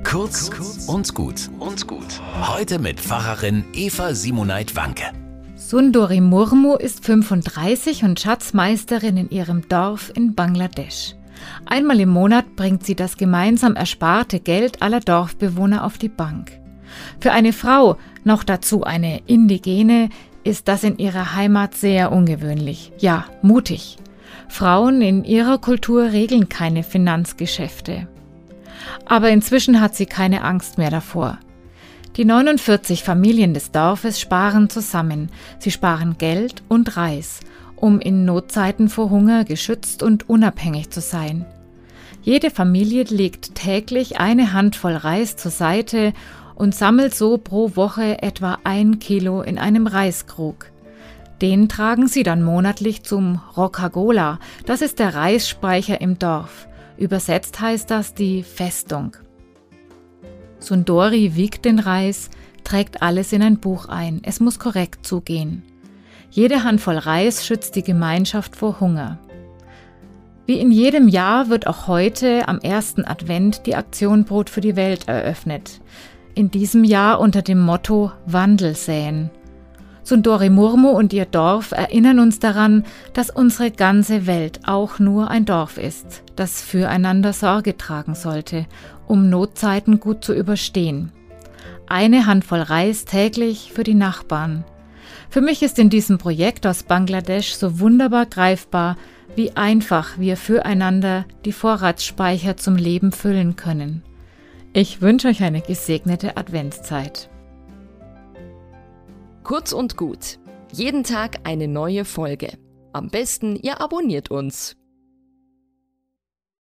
Kurz und gut. Heute mit Pfarrerin Eva Simoneit-Wanke. Sundori Murmu ist 35 und Schatzmeisterin in ihrem Dorf in Bangladesch. Einmal im Monat bringt sie das gemeinsam ersparte Geld aller Dorfbewohner auf die Bank. Für eine Frau, noch dazu eine Indigene, ist das in ihrer Heimat sehr ungewöhnlich, ja, mutig. Frauen in ihrer Kultur regeln keine Finanzgeschäfte. Aber inzwischen hat sie keine Angst mehr davor. Die 49 Familien des Dorfes sparen zusammen. Sie sparen Geld und Reis, um in Notzeiten vor Hunger geschützt und unabhängig zu sein. Jede Familie legt täglich eine Handvoll Reis zur Seite und sammelt so pro Woche etwa 1 Kilo in einem Reiskrug. Den tragen sie dann monatlich zum Rockagola, das ist der Reisspeicher im Dorf. Übersetzt heißt das die Festung. Sundori wiegt den Reis, trägt alles in ein Buch ein. Es muss korrekt zugehen. Jede Handvoll Reis schützt die Gemeinschaft vor Hunger. Wie in jedem Jahr wird auch heute am 1. Advent die Aktion Brot für die Welt eröffnet. In diesem Jahr unter dem Motto Wandel säen. Sundori Murmu und ihr Dorf erinnern uns daran, dass unsere ganze Welt auch nur ein Dorf ist, das füreinander Sorge tragen sollte, um Notzeiten gut zu überstehen. Eine Handvoll Reis täglich für die Nachbarn. Für mich ist in diesem Projekt aus Bangladesch so wunderbar greifbar, wie einfach wir füreinander die Vorratsspeicher zum Leben füllen können. Ich wünsche euch eine gesegnete Adventszeit. Kurz und gut. Jeden Tag eine neue Folge. Am besten, ihr abonniert uns.